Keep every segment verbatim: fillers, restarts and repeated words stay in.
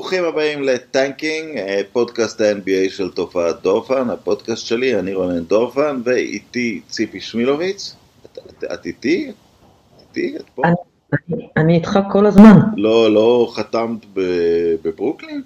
ברוכים הבאים לטנקינג, פודקאסט ה-אן בי איי של תופעת דורפן, הפודקאסט שלי, אני רונן דורפן, ואיתי ציפי שמילוביץ. את, את, את איתי? איתי? את פה? אני, אני איתך כל הזמן. לא, לא חתמת בברוקלין?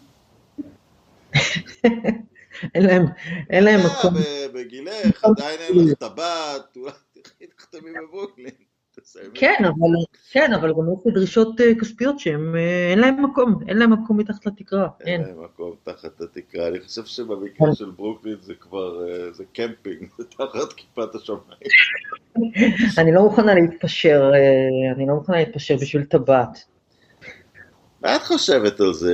אין להם, אין להם מקום. בגילך, עדיין אין לך טבעת, אולי תחתמי בברוקלין. כן, אבל, כן, אבל גם יש דרישות כספיות שהם, אין להם מקום, אין להם מקום מתחת לתקרה. אין להם מקום תחת התקרה. אני חושב שבמקרה של ברוקלין זה כבר, זה קמפינג, זה תחת כיפת השמיים. אני לא מוכנה להתפשר, אני לא מוכנה להתפשר בשביל טבעת. מה את חושבת על זה?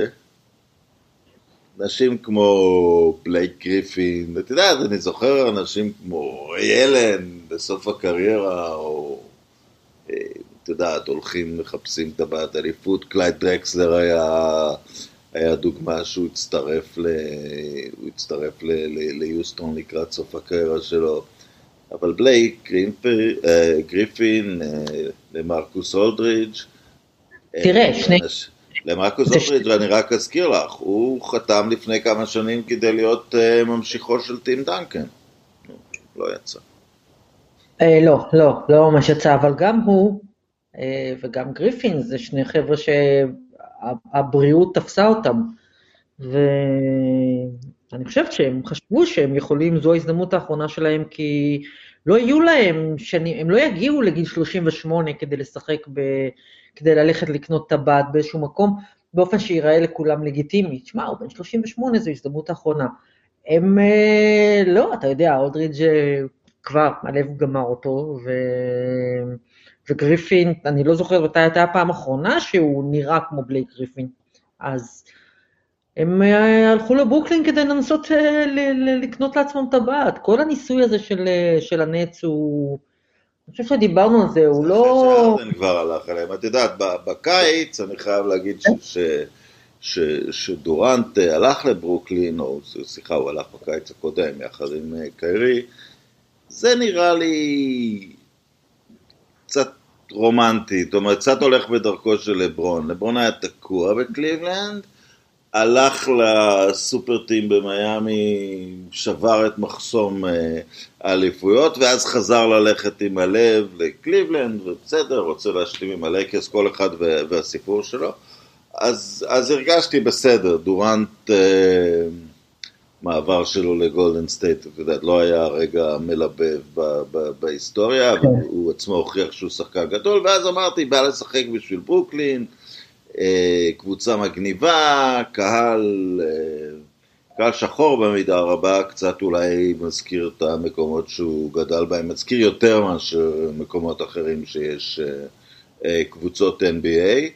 אנשים כמו בלייק גריפין, אתה יודע, אני זוכר אנשים כמו ילן בסוף הקריירה, או אתה יודע, הולכים מחפשים טבעת אליפות. קלייד דרקסלר היה, היה דוגמה שהוא הצטרף, ל, הוא הצטרף ל, ל, ליוסטון לקראת סוף הקריירה שלו. אבל בלייק גריפין, למרקוס אולדרידג', תראה, שני... למרקוס אולדרידג' אני רק אזכיר לך, הוא חתם לפני כמה שנים כדי להיות ממשיכו של טים דנקן. לא יצא. לא, לא, לא ממש יצא, אבל גם הוא וגם גריפין זה שני חבר'ה שהבריאות תפסה אותם, ואני חושבת שהם חשבו שהם יכולים, זו ההזדמנות האחרונה שלהם, כי לא יהיו להם, הם לא יגיעו לגיל שלושים ושמונה כדי לשחק, ב, כדי ללכת לקנות טבעת באיזשהו מקום, באופן שיראה לכולם לגיטימי. תשמע, הוא בן שלושים ושמונה, זו הזדמנות האחרונה. הם, לא, אתה יודע, אולדרידג' כבר, הלב גמר אותו, ו... וגריפין, אני לא זוכרת, מתי הייתה הפעם האחרונה שהוא נראה כמו בלייק גריפין, אז הם הלכו לברוקלין כדי לנסות לקנות לעצמם טבעת. כל הניסוי הזה של, של הנץ הוא, אני חושב שדיברנו על זה, הוא לא... זה שארדן כבר הלך עליהם, את יודעת, בקיץ אני חייב להגיד ש... ש... ש... שדורנט הלך לברוקלין, או סליחה, הוא הלך בקיץ הקודם יחד עם קיירי, זה נראה לי קצת רומנטי, זאת אומרת, קצת הולך בדרכו של לברון. לברון היה תקוע בקליבלנד, הלך לסופר טים במיימי, שבר את מחסום האליפויות, ואז חזר ללכת עם הלב לקליבלנד, ובסדר, רוצה להשלים עם הלייקרס, כל אחד והסיפור שלו. אז, אז הרגשתי בסדר, דורנט... מעבר שלו לגולדן סטייט, לא היה רגע מלבב בהיסטוריה, אבל הוא עצמו הוכיח שהוא שחקן גדול, ואז אמרתי, בא לשחק בשביל ברוקלין, קבוצה מגניבה, קהל, קהל שחור במידה רבה, קצת אולי מזכיר את המקומות שהוא גדל בהם, מזכיר יותר מאשר מקומות אחרים שיש קבוצות אן בי איי,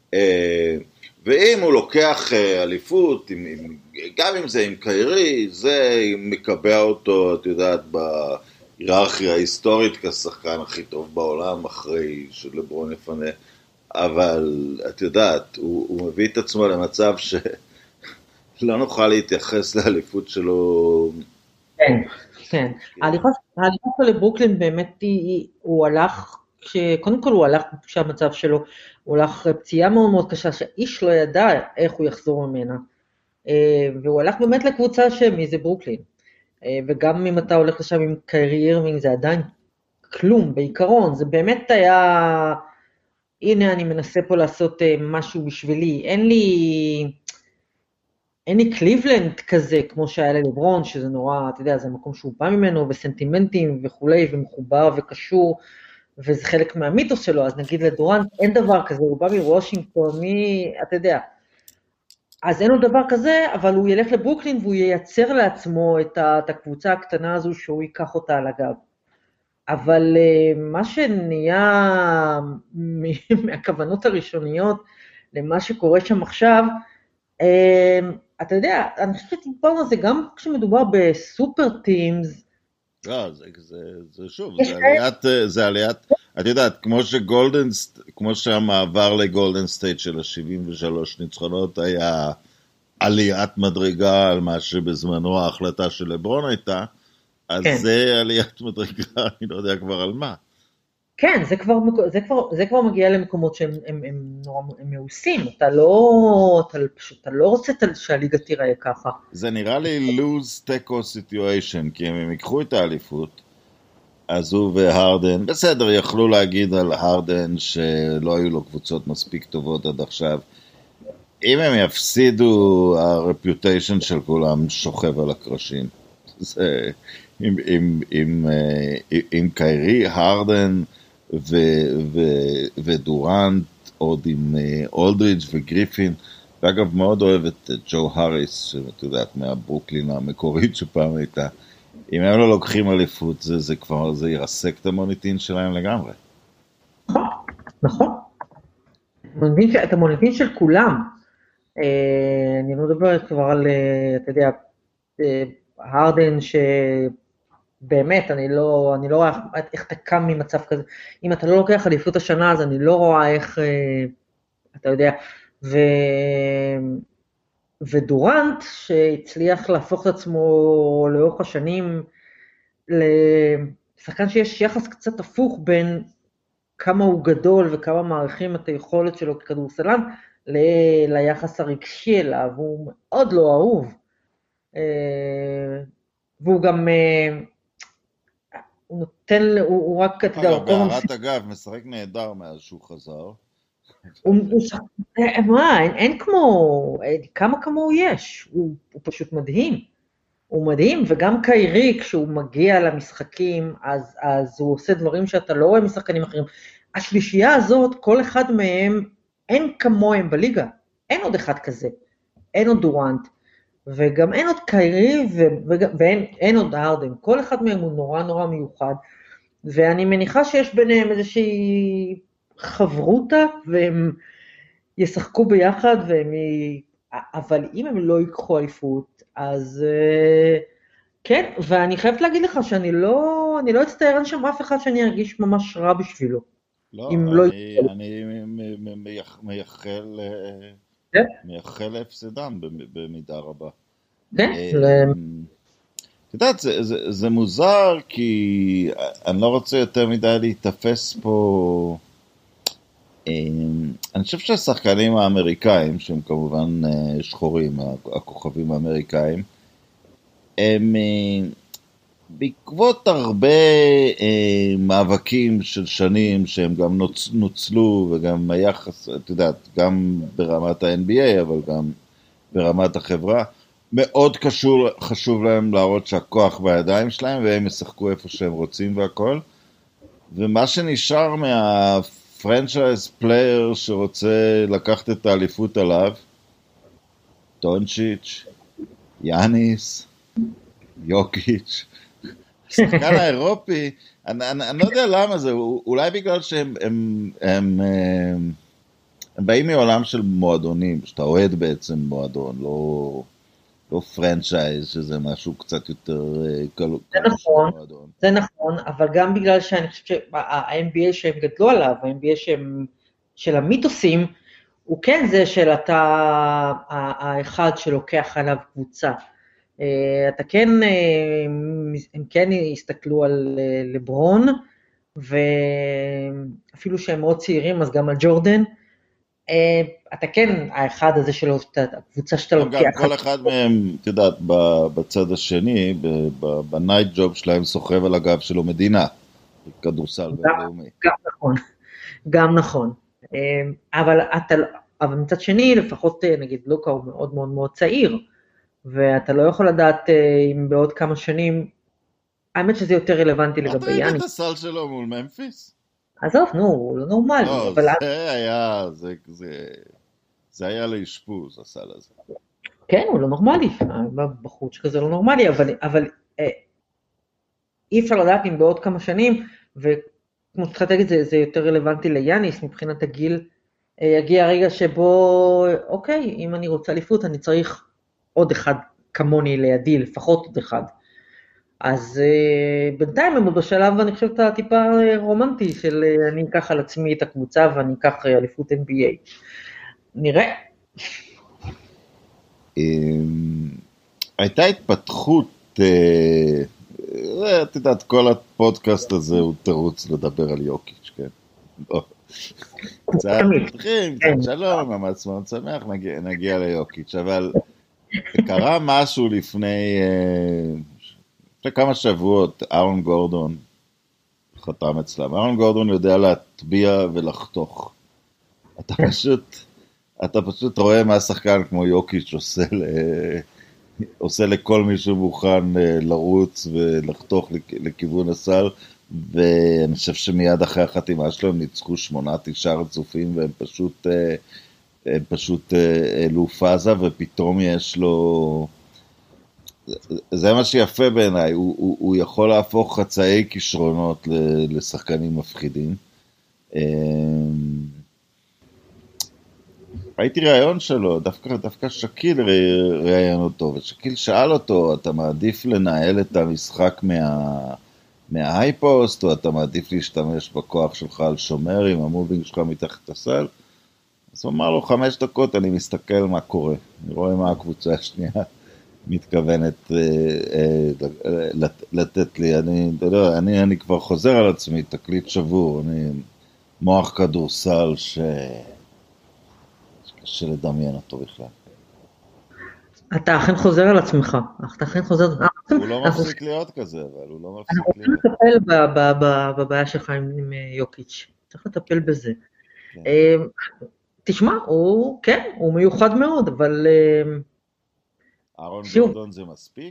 ואם הוא לוקח אליפות, גם אם זה עם קיירי, זה מקבע אותו, את יודעת, בהיררכיה ההיסטורית כשחקן הכי טוב בעולם, אחרי שלברון יפנה. אבל את יודעת, הוא, הוא מביא את עצמו למצב שלא נוכל להתייחס לאליפות שלו. כן, כן. האליפות שלו לברוקלין באמת הוא הלך, קודם כל הוא הלך כשהמצב שלו, הוא הלך פציעה מאוד מאוד קשה, שאיש לא ידע איך הוא יחזור ממנה, והוא הלך באמת לקבוצה שמי זה ברוקלין, וגם אם אתה הולך לשם עם קיירי אירווינג, זה עדיין כלום, בעיקרון, זה באמת היה, הנה אני מנסה פה לעשות משהו בשבילי, אין לי, אין לי קליבלנד כזה, כמו שהיה ללברון, שזה נורא, אתה יודע, זה מקום שהוא בא ממנו, וסנטימנטים וכולי, ומחובר וקשור, וזה חלק מהמיתוס שלו, אז נגיד לדורנט, אין דבר כזה, הוא בא מוושינגטון, מי, אתה יודע, אז אין לו דבר כזה, אבל הוא ילך לברוקלין, והוא ייצר לעצמו את, ה, את הקבוצה הקטנה הזו, שהוא ייקח אותה על הגב. אבל מה שנהיה מהכוונות הראשוניות, למה שקורה שם עכשיו, אתה יודע, אני חושבת שדיברנו על זה, גם כשמדובר בסופר טימס, לא, זה, זה, זה שוב, זה עליית, זה עליית, את יודעת, כמו שגולדן, כמו שהמעבר לגולדן סטייט של ה-שבעים ושלוש ניצחונות היה עליית מדרגה על מה שבזמנו ההחלטה של לברון הייתה, אז כן. זה עליית מדרגה, אני לא יודע כבר על מה. כן, זה כבר, זה כבר, זה כבר מגיע למקומות שהם הם, הם נורא, הם מעושים, אתה לא, אתה פשוט, אתה לא רוצה שהליגה תיראה ככה. זה נראה לי lose tackle situation, כי אם הם ייקחו את האליפות, אז הוא והרדן, בסדר, יכלו להגיד על הרדן שלא היו לו קבוצות מספיק טובות עד עכשיו. אם הם יפסידו, הרפיוטיישן של כולם שוכב על הקרשים. זה, עם, עם, עם, עם קיירי, הרדן ו, ו, ודורנט, עוד עם אולדריץ' וגריפין, ואגב מאוד אוהב את ג'ו הריס, שאת יודעת, מהברוקלין המקורית שפעם הייתה. אם הם לא לוקחים אליפות, זה, זה כבר, זה ירסק את המוניטין שלהם לגמרי. נכון, נכון. את המוניטין של כולם. אני לא מדבר כבר על, אתה יודע, הרדן שבאמת, אני לא, אני לא רואה איך אתה קם ממצב כזה. אם אתה לא לוקח אליפות השנה, אז אני לא רואה איך, אתה יודע, ו... ודורנט, שהצליח להפוך את עצמו לאורך השנים לשחקן שיש יחס קצת הפוך בין כמה הוא גדול וכמה מעריכים את היכולת שלו ככדורסלן, ל- ליחס הרגשי אליו, הוא מאוד לא אהוב. והוא גם, הוא נותן, הוא, הוא רק, אתה יודע, אגב, בהערת אגב, משחק נהדר מאז שהוא חזר. הוא, מה, אין, אין כמו, כמה כמוהו יש, הוא, הוא פשוט מדהים. הוא מדהים, וגם קיירי, כשהוא מגיע למשחקים, אז, אז הוא עושה דברים שאתה לא רואה משחקנים אחרים. השלישייה הזאת, כל אחד מהם, אין כמוהם בליגה, אין עוד אחד כזה, אין עוד דורנט, וגם אין עוד קיירי, ו- ואין אין עוד הרדן, כל אחד מהם הוא נורא נורא מיוחד, ואני מניחה שיש ביניהם איזושהי חברותה, והם ישחקו ביחד, והם י... אבל אם הם לא ייקחו אליפות, אז כן, ואני חייבת להגיד לך שאני לא, אני לא אצטער, אין שם אף אחד שאני ארגיש ממש רע בשבילו. לא, אני, לא אני מייחל, כן? מייחל להפסדם במידה רבה. כן, את יודעת, זה, זה, זה מוזר, כי אני לא רוצה יותר מדי להתאפס פה. אני חושב שהשחקנים האמריקאים, שהם כמובן שחורים, הכוכבים האמריקאים, הם בעקבות הרבה מאבקים של שנים, שהם גם נוצלו, וגם היחס, את יודעת, גם ברמת ה-אן בי איי, אבל גם ברמת החברה, מאוד קשור, חשוב להם להראות שהכוח בידיים שלהם, והם ישחקו איפה שהם רוצים והכל. ומה שנשאר מהפרנצ'ייז פלייר שרוצה לקחת את האליפות עליו, דונצ'יץ', יאניס, יוקיץ', השחקן האירופי, אני, אני, אני לא יודע למה זה, אולי בגלל שהם הם, הם, הם, הם באים מעולם של מועדונים, שאתה אוהד בעצם מועדון, לא... לא פרנצ'ייז, שזה משהו קצת יותר קלו. זה נכון, זה נכון, אבל גם בגלל שאני חושבת שה-אן בי איי שהם גדלו עליו, ה-אן בי איי שהם, של המיתוסים, הוא כן זה של אתה האחד שלוקח עליו קבוצה. אתה כן, הם כן הסתכלו על לברון, ואפילו שהם מאוד צעירים, אז גם על ג'ורדן, אתה כן, האחד הזה שלו, הקבוצה שאתה לוקח. גם כל אחד מהם, את יודעת, בצד השני, בנייט ג'וב שלהם סוחב על הגב שלו מדינה, כדורסל בינלאומי. גם נכון, גם נכון. אבל מצד שני, לפחות נגיד לוקה הוא מאוד מאוד מאוד צעיר, ואתה לא יכול לדעת אם בעוד כמה שנים, האמת שזה יותר רלוונטי לגבי יאני. אתה ראית את הסל שלו מול ממפיס? עזוב, נו, הוא לא נורמלי. לא, אבל... זה היה, זה, זה, זה היה לאשפוז, הסל הזה. כן, הוא לא נורמלי, בחוץ שכזה לא נורמלי, אבל, אבל אה, אי אפשר לדעת אם בעוד כמה שנים, וכמו שתחלת להגיד, זה, זה יותר רלוונטי ליאניס, מבחינת הגיל, אה, יגיע הרגע שבו, אוקיי, אם אני רוצה אליפות, אני צריך עוד אחד כמוני לידי, לפחות עוד אחד. אז uh, בינתיים הם עוד בשלב, אני חושבת, הטיפה רומנטי, של uh, אני אקח על עצמי את הקבוצה, ואני אקח אליפות אן בי איי. נראה. הייתה התפתחות uh, את יודעת, כל הפודקאסט הזה הוא תירוץ לדבר על יוקיץ', כן? קצת מתחילים, קצת שלום, ממש מאוד שמח, נגיע ליוקיץ', אבל קרה משהו לפני, לפני כמה שבועות, אהרון גורדון חתם אצלם. אהרון גורדון יודע להטביע ולחתוך. אתה פשוט, אתה פשוט רואה מה שחקן כמו יוקיץ' עושה, ל... עושה לכל מי שמוכן לרוץ ולחתוך לכיוון הסל, ואני חושב שמיד אחרי החתימה שלו הם ניצחו שמונה, תשעה רצופים, והם פשוט, הם פשוט העלו פאזה, ופתאום יש לו, זה מה שיפה בעיניי, הוא, הוא, הוא יכול להפוך חצאי כישרונות לשחקנים מפחידים. ראיתי ראיון שלו, דווקא, דווקא שקיל ראיין אותו, ושקיל שאל אותו, אתה מעדיף לנהל את המשחק מה, מההייפוסט, או אתה מעדיף להשתמש בכוח שלך על שומר עם המובינג שלך מתחת הסל? אז הוא אמר לו, חמש דקות אני מסתכל מה קורה, אני רואה מה הקבוצה השנייה מתכוונת אה, אה, לת, לתת לי, אני, לא, אני, אני כבר חוזר על עצמי, תקליט שבור, אני מוח כדורסל ש... קשה לדמיין אותו בכלל. אתה אכן חוזר על עצמך, אתה אכן חוזר... הוא לא מפסיק להיות כזה, אבל הוא לא מפסיק להיות. אנחנו צריכים לטפל בבעיה שלך עם יוקיץ', צריך לטפל בזה. תשמע, הוא, כן, הוא מיוחד מאוד, אבל... אהרון גורדון זה מספיק?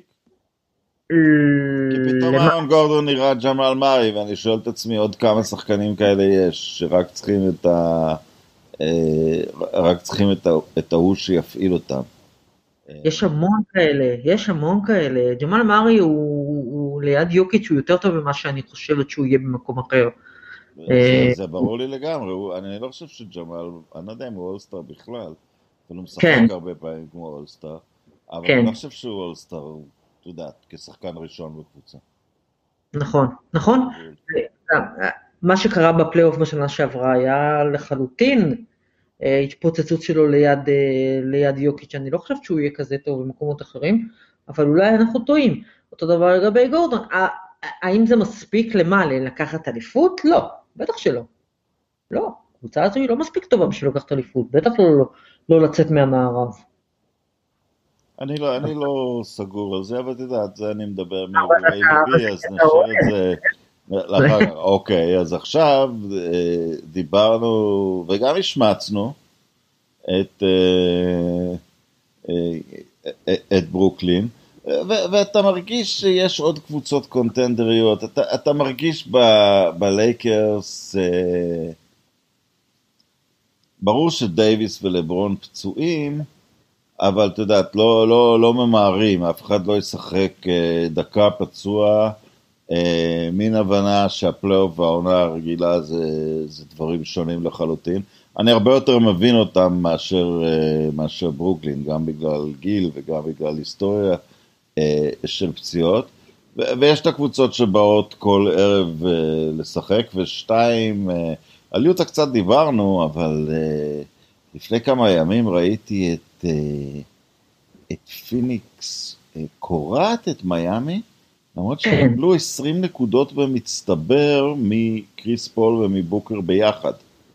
כי פתאום אהרון גורדון נראה ג'מאל מארי, ואני שואל את עצמי עוד כמה שחקנים כאלה יש, שרק צריכים את ה... רק צריכים את ההוא שיפעיל אותם. יש המון כאלה, יש המון כאלה. ג'מאל מארי הוא ליד יוקיץ' הוא יותר טוב ממה שאני חושבת שהוא יהיה במקום אחר. זה ברור לי לגמרי, אני לא חושב שג'מאל, אני לא יודע אם הוא אולסטאר בכלל, אבל הוא משחק הרבה פעמים כמו אולסטאר, אבל אני לא חושב שהוא אולסטאר, אתה יודע, כשחקן ראשון בקבוצה. נכון, נכון. מה שקרה בפלייאוף בשנה שעברה היה לחלוטין התפוצצות שלו ליד, ליד יוקיץ', אני לא חושבת שהוא יהיה כזה טוב במקומות אחרים, אבל אולי אנחנו טועים. אותו דבר לגבי גורדון, האם זה מספיק למה? לקחת אליפות? לא, בטח שלא. לא, הקבוצה הזו היא לא מספיק טובה בשביל לקחת אליפות, בטח לא, לא, לא לצאת מהמערב. אני לא, אני לא סגור על זה, אבל תדעת, זה אני מדבר מאולי לבי, אז נשאר את זה... אוקיי, אז עכשיו דיברנו וגם השמצנו את, את ברוקלין, ואתה מרגיש שיש עוד קבוצות קונטנדריות, אתה, אתה מרגיש בלייקרס, ברור שדייביס ולברון פצועים, אבל אתה יודעת, לא, לא, לא ממהרים, אף אחד לא ישחק דקה פצוע, מין הבנה שהפלייאוף והעונה הרגילה זה, זה דברים שונים לחלוטין. אני הרבה יותר מבין אותם מאשר, מאשר ברוקלין, גם בגלל גיל וגם בגלל היסטוריה של פציעות. ויש את הקבוצות שבאות כל ערב לשחק, ושתיים, על יוטה קצת דיברנו, אבל לפני כמה ימים ראיתי את, את פיניקס קוראת את מיאמי, למרות שהם קיבלו עשרים נקודות במצטבר מקריס פול ומבוקר ביחד.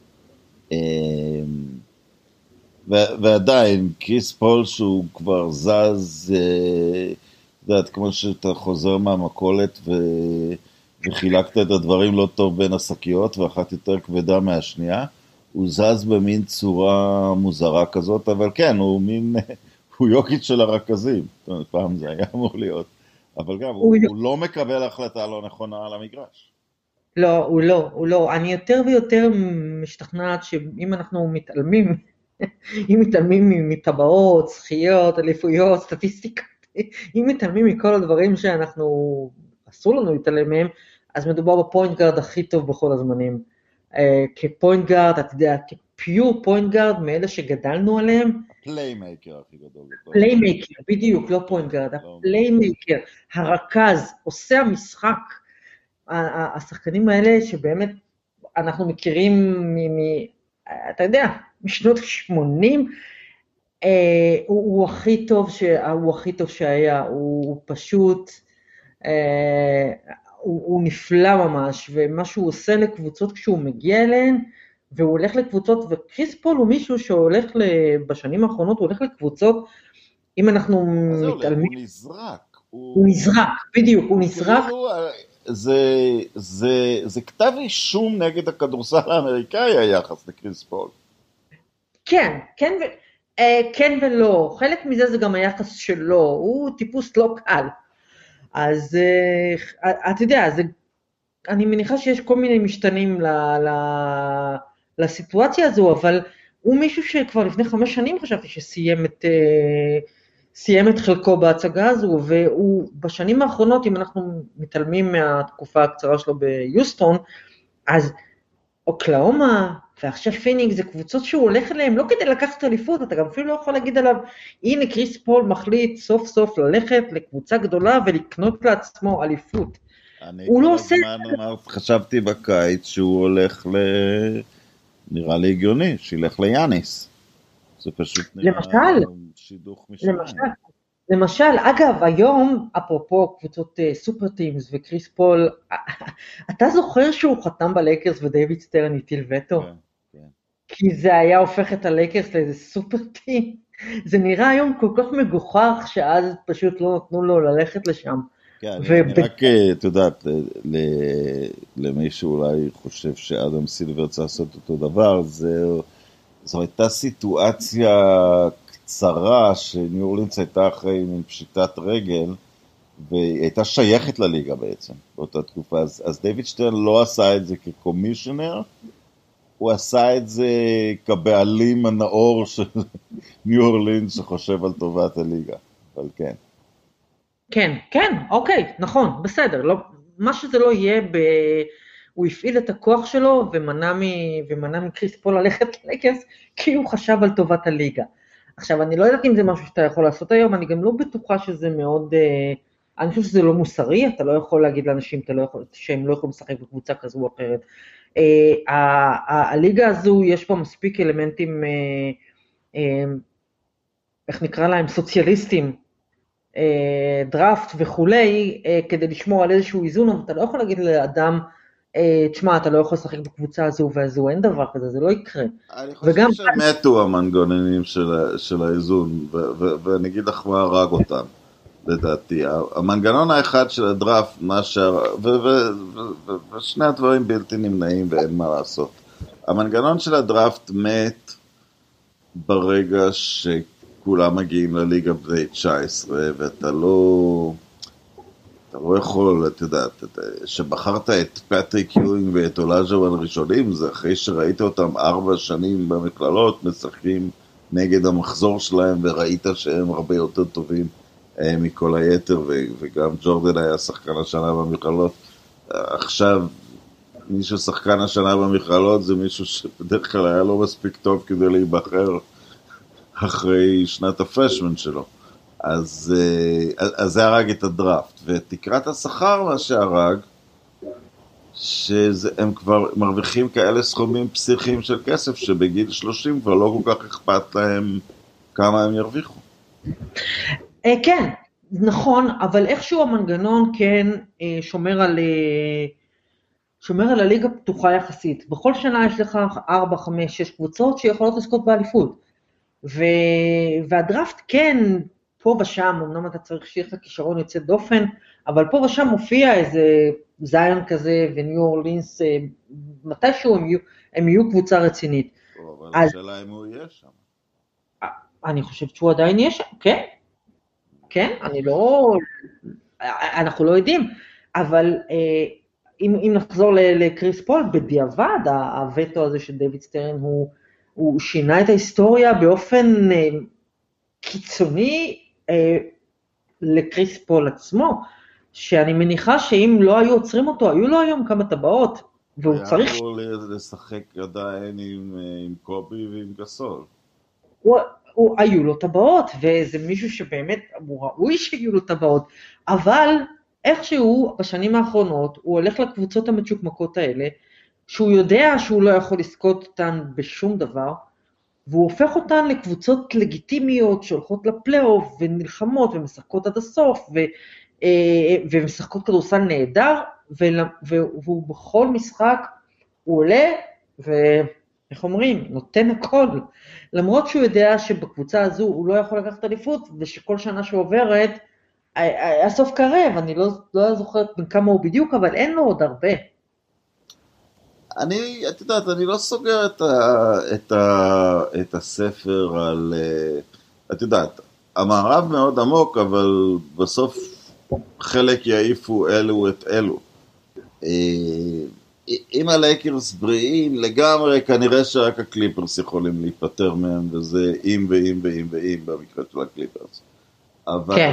ועדיין, קריס פול שהוא כבר זז, יודעת, כמו שאתה חוזר מהמקולת וחילקת את הדברים לא טוב בין השקיות, ואחת יותר כבדה מהשנייה, הוא זז במין צורה מוזרה כזאת, אבל כן, הוא מין, הוא יוקיץ' של הרכזים, פעם זה היה אמור להיות. אבל גם, הוא, הוא לא מקבל החלטה לא נכונה על המגרש. לא, הוא לא, הוא לא. אני יותר ויותר משתכנעת שאם אנחנו מתעלמים, אם מתעלמים מטבעות, זכיות, אליפויות, סטטיסטיקה, אם מתעלמים מכל הדברים שאנחנו, אסור לנו להתעלם מהם, אז מדובר בפוינט גארד הכי טוב בכל הזמנים. כפוינט גארד, אתה יודע, כפיור פוינט גארד, מאלה שגדלנו עליהם, הפליימייקר הכי גדול. פליימייקר, בדיוק, לא פוינט גארד, הפליימייקר, הרכז, עושה המשחק, השחקנים האלה שבאמת אנחנו מכירים, אתה יודע, משנות ה-שמונים, הוא הכי טוב, הוא הכי טוב שהיה, הוא פשוט, הוא, הוא נפלא ממש, ומה שהוא עושה לקבוצות כשהוא מגיע אליהן, והוא הולך לקבוצות, וקריס פול הוא מישהו שהולך בשנים האחרונות, הוא הולך לקבוצות, אם אנחנו מתעלמים... הוא נזרק. הוא, הוא נזרק, בדיוק, הוא, הוא נזרק. כאילו, זה, זה, זה כתב אישום נגד הכדורסל האמריקאי היחס לקריס פול. כן, כן, ו... כן ולא, חלק מזה זה גם היחס שלו, הוא טיפוס לא קל. אז אתה יודע, זה, אני מניחה שיש כל מיני משתנים ל, ל, לסיטואציה הזו, אבל הוא מישהו שכבר לפני חמש שנים חשבתי שסיים את, סיים את חלקו בהצגה הזו, והוא בשנים האחרונות, אם אנחנו מתעלמים מהתקופה הקצרה שלו ביוסטון, אז אוקלאומה ועכשיו פיניקס זה קבוצות שהוא הולך אליהם, לא כדי לקחת אליפות, אתה גם אפילו לא יכול להגיד עליו, הנה קריס פול מחליט סוף סוף ללכת לקבוצה גדולה ולקנות לעצמו אליפות. אני כל לא הזמן אמרת, חשבתי בקיץ שהוא הולך ל... נראה לי הגיוני, שילך ליאניס. זה פשוט נראה למשל, שידוך משלם. למשל, למשל, אגב, היום, אפרופו קבוצות סופר טימס וקריס פול, אתה זוכר שהוא חתם בלייקרס ודייוויד סטרן הטיל וטו? כן, כן. כי זה היה הופך את הלייקרס לאיזה סופר טים. זה נראה היום כל כך מגוחך, שאז פשוט לא נתנו לו ללכת לשם. כן, אני רק, את יודעת, למי שאולי חושב שאדם סילבר צריך לעשות אותו דבר, זו הייתה סיטואציה קצרה, שניו אורלינס הייתה אחרי עם פשיטת רגל, והיא הייתה שייכת לליגה בעצם, באותה תקופה. אז, אז דיוויד שטרן לא עשה את זה כקומישיונר, הוא עשה את זה כבעלים הנאור של ניו אורלינס שחושב על טובת הליגה, אבל כן. כן, כן, אוקיי, נכון, בסדר, לא, מה שזה לא יהיה, ב... הוא הפעיל את הכוח שלו ומנע, מ... ומנע מקריס פול ללכת ללייקרס, כי הוא חשב על טובת הליגה. עכשיו, אני לא יודעת אם זה משהו שאתה יכול לעשות היום, אני גם לא בטוחה שזה מאוד, אני חושב שזה לא מוסרי, אתה לא יכול להגיד לאנשים אתה לא יכול, שהם לא יכולים לשחק בקבוצה כזו או אחרת. הליגה הזו, יש פה מספיק אלמנטים, איך נקרא להם, סוציאליסטים, דראפט וכולי, כדי לשמור על איזשהו איזון, אבל אתה לא יכול להגיד לאדם, תשמע, אתה לא יכול לשחק בקבוצה הזו והזו, אין דבר כזה, זה לא יקרה. אני חושב וגם... שמתו המנגנונים של, של האיזון, ו- ו- ואני אגיד לך מה הרג אותם, לדעתי. המנגנון האחד של הדראפט, מה ש... ו- ו- ו- ו- ושני הדברים בלתי נמנעים ואין מה לעשות. המנגנון של הדראפט מת ברגע שכולם מגיעים לליגה בני תשע עשרה, ואתה לא... אתה לא יכול, אתה יודע, שבחרת את פטריק יואינג ואת אולאז'וואן ראשונים, זה אחרי שראית אותם ארבע שנים במכללות, משחקים נגד המחזור שלהם, וראית שהם הרבה יותר טובים אה, מכל היתר, ו- וגם ג'ורדן היה שחקן השנה במכללות. עכשיו, מי ששחקן השנה במכללות, זה מישהו שבדרך כלל היה לא מספיק טוב כדי להיבחר אחרי שנת הפרשמן שלו. אז, אז זה הרג את הדראפט, ותקרת השכר מה שהרג, שהם כבר מרוויחים כאלה סכומים פסיכיים של כסף, שבגיל שלושים כבר לא כל כך אכפת להם כמה הם ירוויחו. כן, נכון, אבל איכשהו המנגנון כן שומר על, שומר על הליגה פתוחה יחסית. בכל שנה יש לך ארבע, חמש, שש קבוצות שיכולות לזכות באליפות, והדראפט כן, פה ושם, אמנם אתה צריך שיהיה לך כישרון יוצא דופן, אבל פה ושם מופיע איזה זיון כזה, וניו אורלינס, מתישהו הם יהיו, הם יהיו קבוצה רצינית. אבל אז, השאלה אם הוא יהיה שם. אני חושבת שהוא עדיין יהיה שם, כן? כן, אני לא, אנחנו לא יודעים, אבל אם, אם נחזור לקריס פול, בדיעבד, הווטו הזה של דיוויד סטרן, הוא, הוא שינה את ההיסטוריה באופן קיצוני, לקריס פול עצמו, שאני מניחה שאם לא היו עוצרים אותו, היו לו היום כמה טבעות, והוא צריך... הוא היה אמור לשחק עדיין עם, עם קובי ועם גסול. הוא, הוא, היו לו טבעות, וזה מישהו שבאמת, הוא ראוי שיהיו לו טבעות, אבל איכשהו בשנים האחרונות, הוא הולך לקבוצות המצ'וקמקות האלה, שהוא יודע שהוא לא יכול לזכות אותן בשום דבר, והוא הופך אותן לקבוצות לגיטימיות שהולכות לפלייאוף ונלחמות ומשחקות עד הסוף, והן משחקות כדורסל נהדר, והוא בכל משחק, הוא עולה, ואיך אומרים, נותן הכל, למרות שהוא יודע שבקבוצה הזו הוא לא יכול לקחת אליפות, ושכל שנה שעוברת, הסוף קרב, אני לא, לא זוכרת בין כמה הוא בדיוק, אבל אין לו עוד הרבה. אני, את יודעת, אני לא סוגר את, ה, את, ה, את הספר על, את יודעת, המערב מאוד עמוק, אבל בסוף חלק יעיפו אלו את אלו. אם הלייקרס בריאים, לגמרי, כנראה שרק הקליפרס יכולים להיפטר מהם, וזה אם ואם ואם ואם במקרה של הקליפרס. אבל, כן.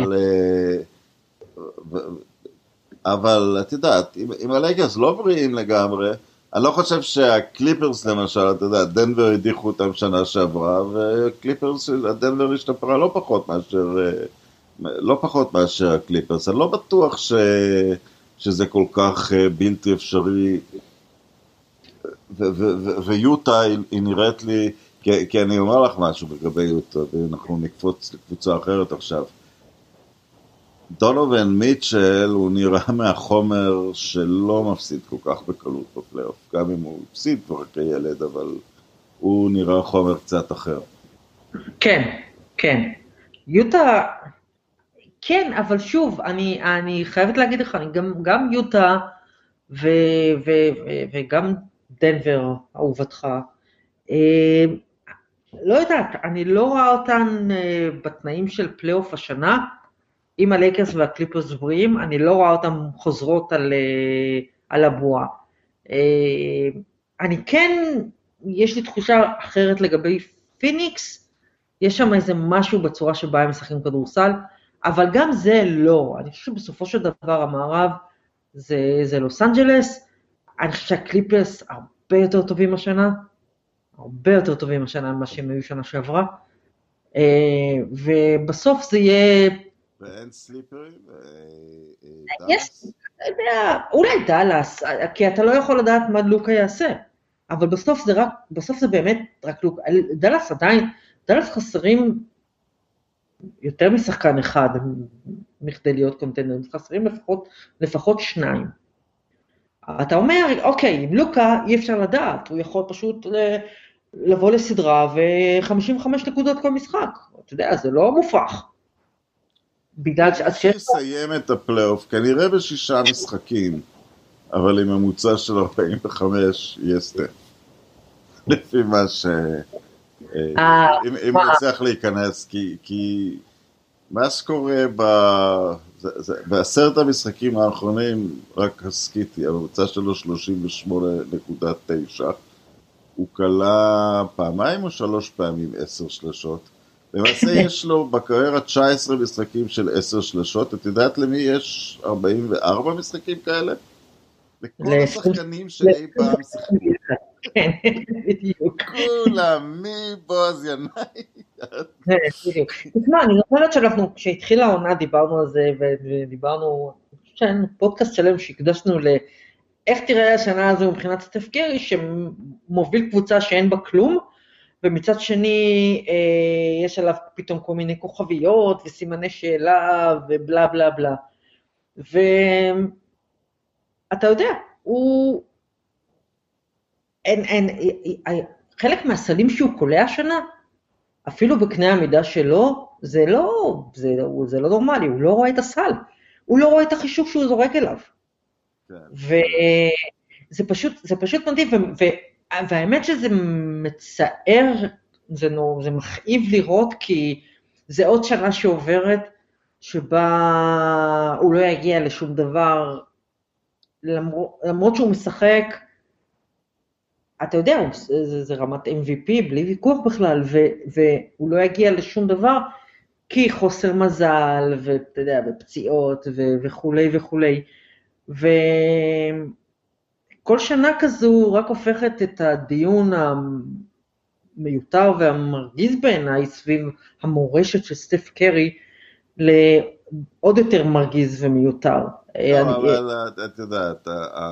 אבל את יודעת, אם, אם הלייקרס לא בריאים לגמרי, אני לא חושב שהקליפרס למשל, אתה יודע, דנבר הדיחו אותם שנה שעברה, וקליפרס, הדנבר השתפרה לא פחות מאשר, לא פחות מאשר הקליפרס. אני לא בטוח ש, שזה כל כך בלתי אפשרי, ו, ו, ו, ויוטה היא, היא נראית לי, כי, כי אני אומר לך משהו לגבי יוטה, ואנחנו נקפוץ לקבוצה אחרת עכשיו. דונובין מיטשל הוא נראה מהחומר שלא מפסיד כל כך בקלות בפלייאוף, גם אם הוא הפסיד כבר כילד, אבל הוא נראה חומר קצת אחר. כן, כן. יוטה, כן, אבל שוב, אני, אני חייבת להגיד לך, אני גם, גם יוטה ו, ו, ו, וגם דנבר, אהובתך, אה, לא יודעת, אני לא רואה אותן אה, בתנאים של פלייאוף השנה, עם הלייקרס והקליפרס בריאים, אני לא רואה אותם חוזרות על, על הבועה. אני כן, יש לי תחושה אחרת לגבי פיניקס, יש שם איזה משהו בצורה שבה הם משחקים כדורסל, אבל גם זה לא. אני חושב שבסופו של דבר המערב זה, זה לוס אנג'לס, אני חושב שהקליפרס הרבה יותר טובים השנה, הרבה יותר טובים השנה ממה שהם היו שנה שעברה, ובסוף זה יהיה, ואין סליפרים? יש, אולי דלס, כי אתה לא יכול לדעת מה לוקה יעשה, אבל בסוף זה רק, בסוף זה באמת רק לוקה, דלס עדיין, דלס חסרים יותר משחקן אחד, מכדי להיות קונטנדרים, חסרים לפחות, לפחות שניים. אתה אומר, אוקיי, עם לוקה אי אפשר לדעת, הוא יכול פשוט לבוא לסדרה ו-חמישים וחמש נקודות כל משחק, אתה יודע, זה לא מופרך. בגלל ש... שיסיים את הפלייאוף, כנראה בשישה משחקים, אבל עם ממוצע של ארבעים וחמש יהיה סטף. לפי מה ש... אם נצליח להיכנס, כי מה שקורה בעשרת המשחקים האחרונים, רק הסקיתי, הממוצע שלו שלושים ושמונה נקודה תשע, הוא קלה פעמיים או שלוש פעמים עשר שלשות, למעשה יש לו בקריירה תשע עשרה משחקים של עשר שלשות, את יודעת למי יש ארבעים וארבע משחקים כאלה? לכל השחקנים שאי פעם שיחקים. כן, בדיוק. כולם, מבוז ינאי. בדיוק. תשמע, אני זוכרת שאנחנו, כשהתחילה העונה דיברנו על זה, ודיברנו, אני חושב שהיה פודקאסט שלם שהקדשנו ל... איך תראה השנה הזו מבחינת סטף קרי, שמוביל קבוצה שאין בה כלום, ומצד שני אה, יש עליו פתאום כל מיני כוכביות וסימני שאלה ובלה בלה בלה. ואתה יודע, הוא... אין, אין, חלק מהסלים שהוא קולע השנה, אפילו בקנה המידה שלו, זה לא, זה, זה לא נורמלי, הוא לא רואה את הסל, הוא לא רואה את החישוב שהוא זורק אליו. וזה פשוט, זה פשוט מדהים, ו... והאמת שזה מצער, זה, נו, זה מכאיב לראות, כי זה עוד שנה שעוברת, שבה הוא לא יגיע לשום דבר, למרות, למרות שהוא משחק, אתה יודע, זה, זה רמת אם וי פי, בלי ויכוח בכלל, ו, והוא לא יגיע לשום דבר, כי חוסר מזל, ואתה יודע, ופציעות, ו, וכולי וכולי, ו... כל שנה כזו רק הופכת את הדיון המיותר והמרגיז בעיניי סביב המורשת של סטף קרי לעוד יותר מרגיז ומיותר. לא, אבל את יודעת,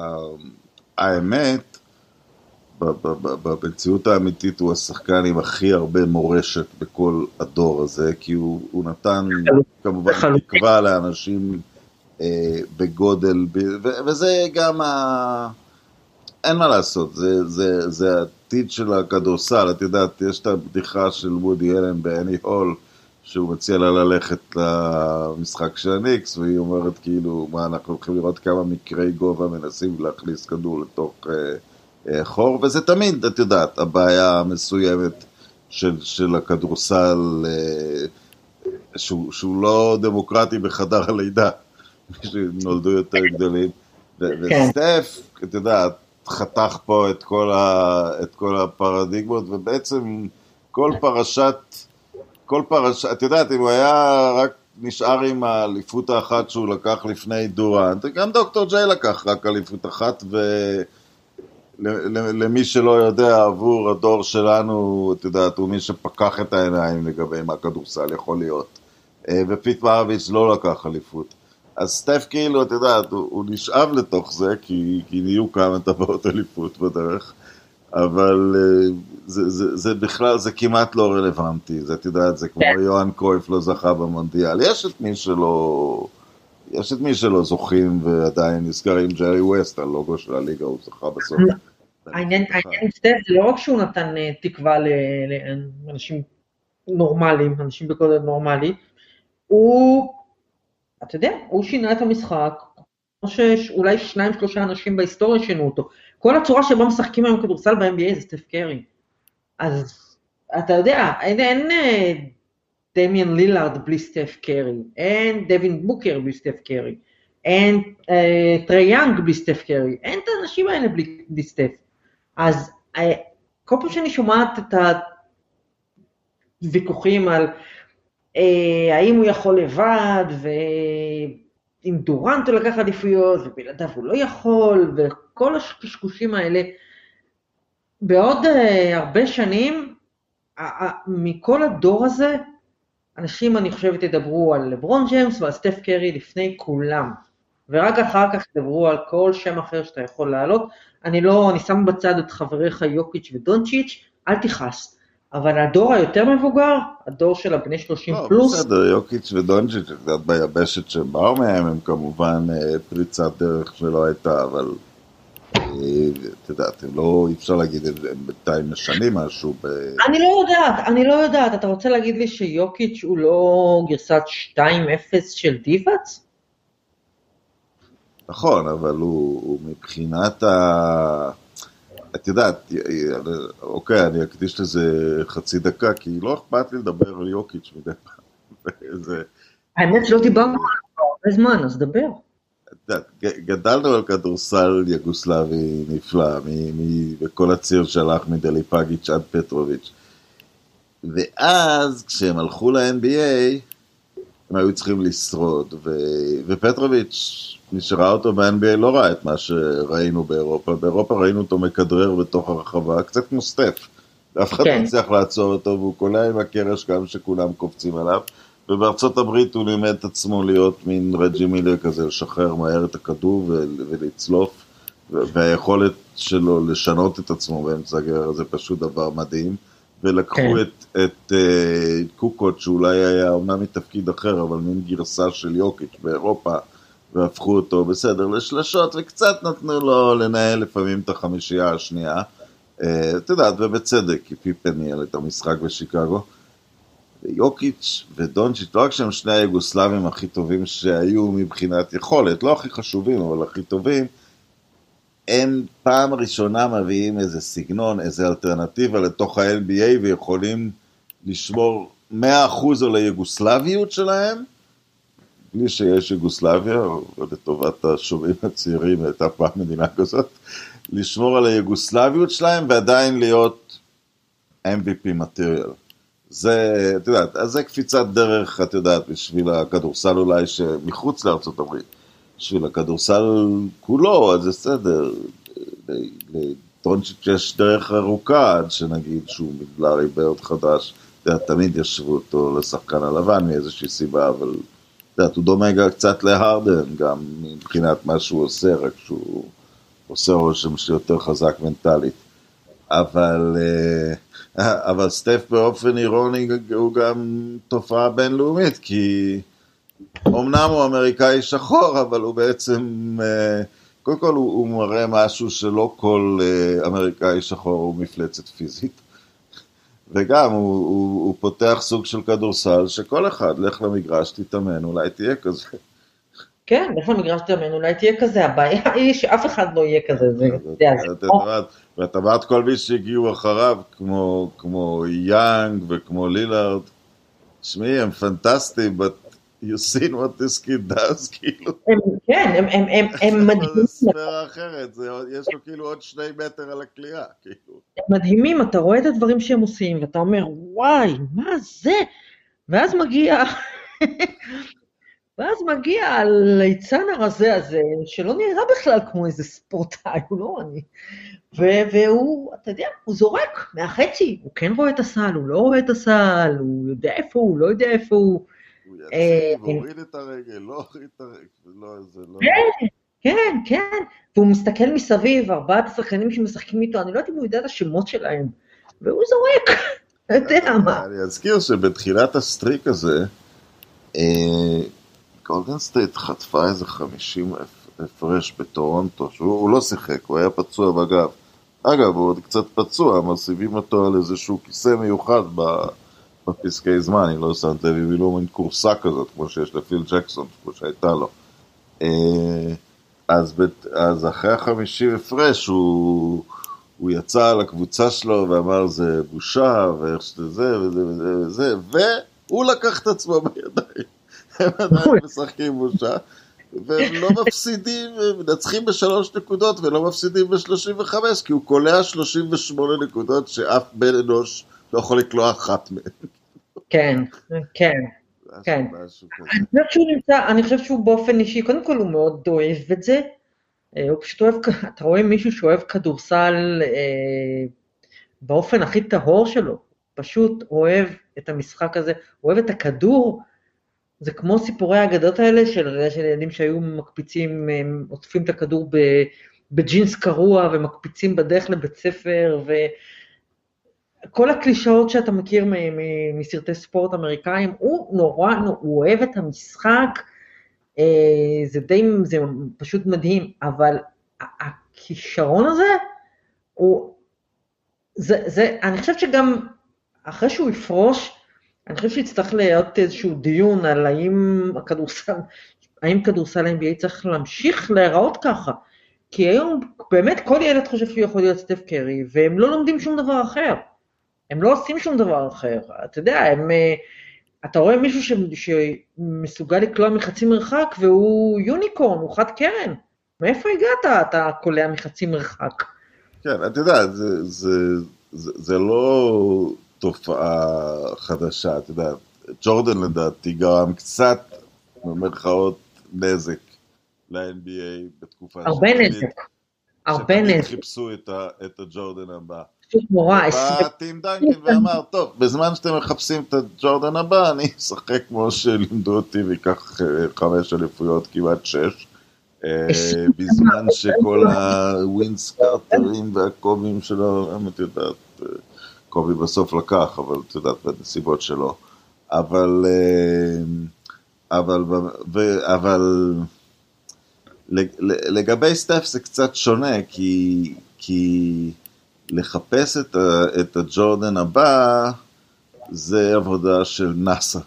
האמת, במציאות האמיתית הוא השחקן עם הכי הרבה מורשת בכל הדור הזה, כי הוא נתן כמובן תקווה לאנשים בגודל, וזה גם ה... אין מה לעשות, זה, זה, זה העתיד של הכדורסל. את יודעת, יש את הבדיחה של וודי אלן באני הול, שהוא מציע לה ללכת למשחק של הניקס, והיא אומרת כאילו, מה, אנחנו הולכים לראות כמה מקרי גובה מנסים להכניס כדור לתוך אה, אה, חור, וזה תמיד, את יודעת, הבעיה המסוימת של, של הכדורסל, אה, שהוא, שהוא לא דמוקרטי בחדר הלידה, שנולדו יותר גדולים, ו- וסטף, את יודעת, חתך פה את כל, ה, את כל הפרדיגמות, ובעצם כל פרשת, כל פרשת, את יודעת, אם הוא היה רק נשאר עם האליפות האחת שהוא לקח לפני דורנט, גם דוקטור ג'יי לקח רק אליפות אחת, ולמי שלא יודע, עבור הדור שלנו, את יודעת, הוא מי שפקח את העיניים לגבי מה כדורסל יכול להיות, ופיט מארוויץ' לא לקח אליפות. אז סטף כאילו, את יודעת, הוא, הוא נשאב לתוך זה, כי, כי נהיו כמה טבעות אליפות בדרך, אבל זה, זה, זה בכלל, זה כמעט לא רלוונטי, זה, את יודעת, זה כמו יוהאן קרויף לא זכה במונדיאל, יש את מי שלא, יש את מי שלא זוכים, ועדיין נזכר עם ג'רי ווסט, הלוגו של הליגה, הוא זכה בסוף. העניין עם סטף זה לא רק שהוא נתן תקווה לאנשים נורמליים, אנשים בקודל נורמלי, הוא... אתה יודע, הוא שינה את המשחק, כמו שאולי שניים שלושה אנשים בהיסטוריה שינו אותו. כל הצורה שבה משחקים היום כדורסל ב-אן בי איי זה סטף קרי. אז אתה יודע, אין, אין דמיאן לילארד בלי סטף קרי, אין דווין בוקר בלי סטף קרי, אין אה, טרי יאנג בלי סטף קרי, אין את האנשים האלה בלי, בלי סטף. אז אה, כל פעם שאני שומעת את הוויכוחים על האם הוא יכול לבד, ועם דורנט הוא לקח עדיפויות, ובלעדיו הוא לא יכול, וכל הקשקושים האלה, בעוד הרבה שנים, מכל הדור הזה, אנשים אני חושבת ידברו על לברון ג'יימס ועל סטף קרי לפני כולם, ורק אחר כך ידברו על כל שם אחר שאתה יכול לעלות. אני לא, אני שם בצד את חבריך יוקיץ' ודונצ'יץ', אל תיחס. אבל הדור היותר מבוגר, הדור של הבני שלושים לא, פלוס... בסדר, יוקיץ' ודונג'יץ', קצת ביבשת שבאו מהם, הם כמובן פריצת דרך שלא הייתה, אבל את יודעת, הם לא, אי אפשר להגיד, הם בינתיים משנים משהו ב... אני לא יודעת, אני לא יודעת, אתה רוצה להגיד לי שיוקיץ' הוא לא גרסת שתיים אפס של דיבאץ? נכון, אבל הוא, הוא מבחינת ה... את יודעת, אוקיי, אני אקדיש לזה חצי דקה, כי לא אכפת לי לדבר על יוקיץ' מדי פעם. האמת שלא דיברנו על הרבה זמן, אז דבר. גדלנו על כדורסל יוגוסלבי נפלא, בכל הציר שהלך מדליפגיץ' עד פטרוביץ'. ואז כשהם הלכו ל-אן בי איי, הם היו צריכים לשרוד, ופטרוביץ' מי שראה אותו ב-אן בי איי לא ראה את מה שראינו באירופה. באירופה ראינו אותו מכדרר בתוך הרחבה, קצת כמו סטף. אף אחד לא צריך לעצור אותו, והוא קולע עם הקרש גם שכולם קופצים עליו. ובארצות הברית הוא לימד את עצמו להיות מין רג'י מילר כזה, לשחרר מהר את הכדור ולצלוף. והיכולת שלו לשנות את עצמו באמצע הגרר, זה פשוט דבר מדהים. ולקחו את, את uh, קוקוט, שאולי היה אומנם מתפקיד אחר, אבל מין גרסה של יוקיץ' באירופה, והפכו אותו בסדר לשלשות, וקצת נתנו לו לנהל לפעמים את החמישייה השנייה, uh, אתה יודעת, ובצדק, כי פיפן ניהל את המשחק בשיקגו, ויוקיץ' ודונצ'יץ', לא רק שהם שני היוגוסלבים הכי טובים שהיו מבחינת יכולת, לא הכי חשובים, אבל הכי טובים, הם פעם ראשונה מביאים איזה סגנון, איזה אלטרנטיבה לתוך ה-אן בי איי, ויכולים לשמור מאה אחוז על היוגוסלביות שלהם, בלי שיש יוגוסלביה, לטובת השומעים הצעירים, הייתה פעם מדינה כזאת, לשמור על היוגוסלביות שלהם, ועדיין להיות אם וי פי material. זה, את יודעת, אז זה קפיצת דרך, את יודעת, בשביל הכדורסל אולי שמחוץ לארצות הברית. בשביל הכדורסל כולו, אז זה סדר. לדונצ'יץ' יש דרך ארוכה, עד שנגיד שהוא מגלרי בעוד חדש, תמיד ישבו אותו לשחקן הלבן מאיזושהי סיבה, אבל הוא דומה קצת להרדן, גם מבחינת מה שהוא עושה, רק שהוא עושה רושם שיותר חזק מנטלית. אבל, אבל סטף באופן אירוני הוא גם תופעה בינלאומית, כי אמנם הוא אמריקאי שחור, אבל הוא בעצם, קודם כל הוא, הוא מראה משהו שלא כל אמריקאי שחור הוא מפלצת פיזית, וגם הוא, הוא, הוא פותח סוג של כדורסל, שכל אחד, לך למגרש, תתאמן, אולי תהיה כזה. כן, לך למגרש תתאמן, אולי תהיה כזה, הבעיה היא שאף אחד לא יהיה כזה, זה ואת אמרת כל מי שהגיעו אחריו, כמו, כמו יאנג וכמו לילארד, שמי, הם פנטסטיים, but you seen what this kid does, כאילו. כן, הם, הם, הם, הם מדהימים. זה ספירה אחרת, יש לו כאילו עוד שני מטר על הקליעה, כאילו. הם מדהימים, אתה רואה את הדברים שהם עושים, ואתה אומר, וואי, מה זה? ואז מגיע, ואז מגיע הליצן הרזה הזה, שלא נראה בכלל כמו איזה ספורטאי, הוא לא אני. והוא, אתה יודע, הוא זורק מהחצי, הוא כן רואה את הסל, הוא לא רואה את הסל, הוא יודע איפה הוא, לא יודע איפה הוא. הוא יציב, הוריד את הרגל, לא הוריד את הרגל, לא, זה לא... כן, כן, כן, והוא מסתכל מסביב, ארבעת השחקנים שמשחקים איתו, אני לא יודעת אם הוא יודע את השמות שלהם, והוא זורק, אתה יודע מה. אני אזכיר שבתחילת הסטריק הזה, גולדן סטייט חטפה איזה חמישים הפרש בטורונטו, שהוא לא שיחק, הוא היה פצוע בגב. אגב, הוא עוד קצת פצוע, מוסיפים אותו על איזשהו כיסא מיוחד בפסקי זמן, אני לא שמת לב, הבילו מין קורסה כזאת, כמו שיש לפיל ג'קסון, כמו שהייתה לו. אז, אז אחרי החמישים הפרש, הוא, הוא יצא על הקבוצה שלו ואמר, זה בושה, ואיך שזה וזה וזה וזה, והוא לקח את עצמו בידיים. הם עדיין משחקים בושה, והם לא מפסידים, הם מנצחים בשלוש נקודות, ולא מפסידים בשלושים וחמש, כי הוא קולע שלושים ושמונה נקודות, שאף בן אנוש לא יכול לקלוע אחת מהן. כן, כן, כן. אני חושבת שהוא נמצא, אני חושבת שהוא באופן אישי, קודם כל הוא מאוד אוהב את זה, הוא פשוט אוהב, אתה רואה מישהו שאוהב כדורסל באופן הכי טהור שלו, פשוט אוהב את המשחק הזה, אוהב את הכדור, זה כמו סיפורי האגדות האלה של, של ילדים שהיו מקפיצים, עוטפים את הכדור בג'ינס קרוע ומקפיצים בדרך לבית ספר, וכל הקלישאות שאתה מכיר מסרטי ספורט אמריקאים, הוא נורא, הוא אוהב את המשחק, זה די, זה פשוט מדהים, אבל הכישרון הזה, הוא, זה, זה, אני חושבת שגם אחרי שהוא יפרוש, אני חושב שיצטרך להיות איזשהו דיון על האם הכדורסל, האם כדורסל ה-אן בי איי צריך להמשיך להיראות ככה, כי היום באמת כל ילד חושב שהוא יכול להיות סטף קרי, והם לא לומדים שום דבר אחר, הם לא עושים שום דבר אחר, אתה יודע, הם, אתה רואה מישהו ש, שמסוגל לקלוע מחצי מרחק, והוא יוניקורן, הוא חד קרן, מאיפה הגעת אתה קולע מחצי מרחק? כן, אתה יודע, זה, זה, זה, זה לא תופעה חדשה, אתה יודע, ג'ורדן לדעתי גרם קצת במרכאות נזק ל-אן בי איי בתקופה הרבה נזק, הרבה נזק. שתמיד חיפשו את, ה, את הג'ורדן הבא. מורה, בא טים דנקן ואמר, טוב, בזמן שאתם מחפשים את הג'ורדן הבא, אני אשחק כמו שלימדו אותי ויקח חמש אליפויות, כמעט שש, בזמן שכל הווינס קארטרים והקובים שלו, את יודעת, קובי בסוף לקח, אבל את יודעת, בנסיבות שלו. אבל, אבל, אבל, לגבי סטף זה קצת שונה, כי, כי לחפש את, ה, את הג'ורדן הבא, זה עבודה של נאסא.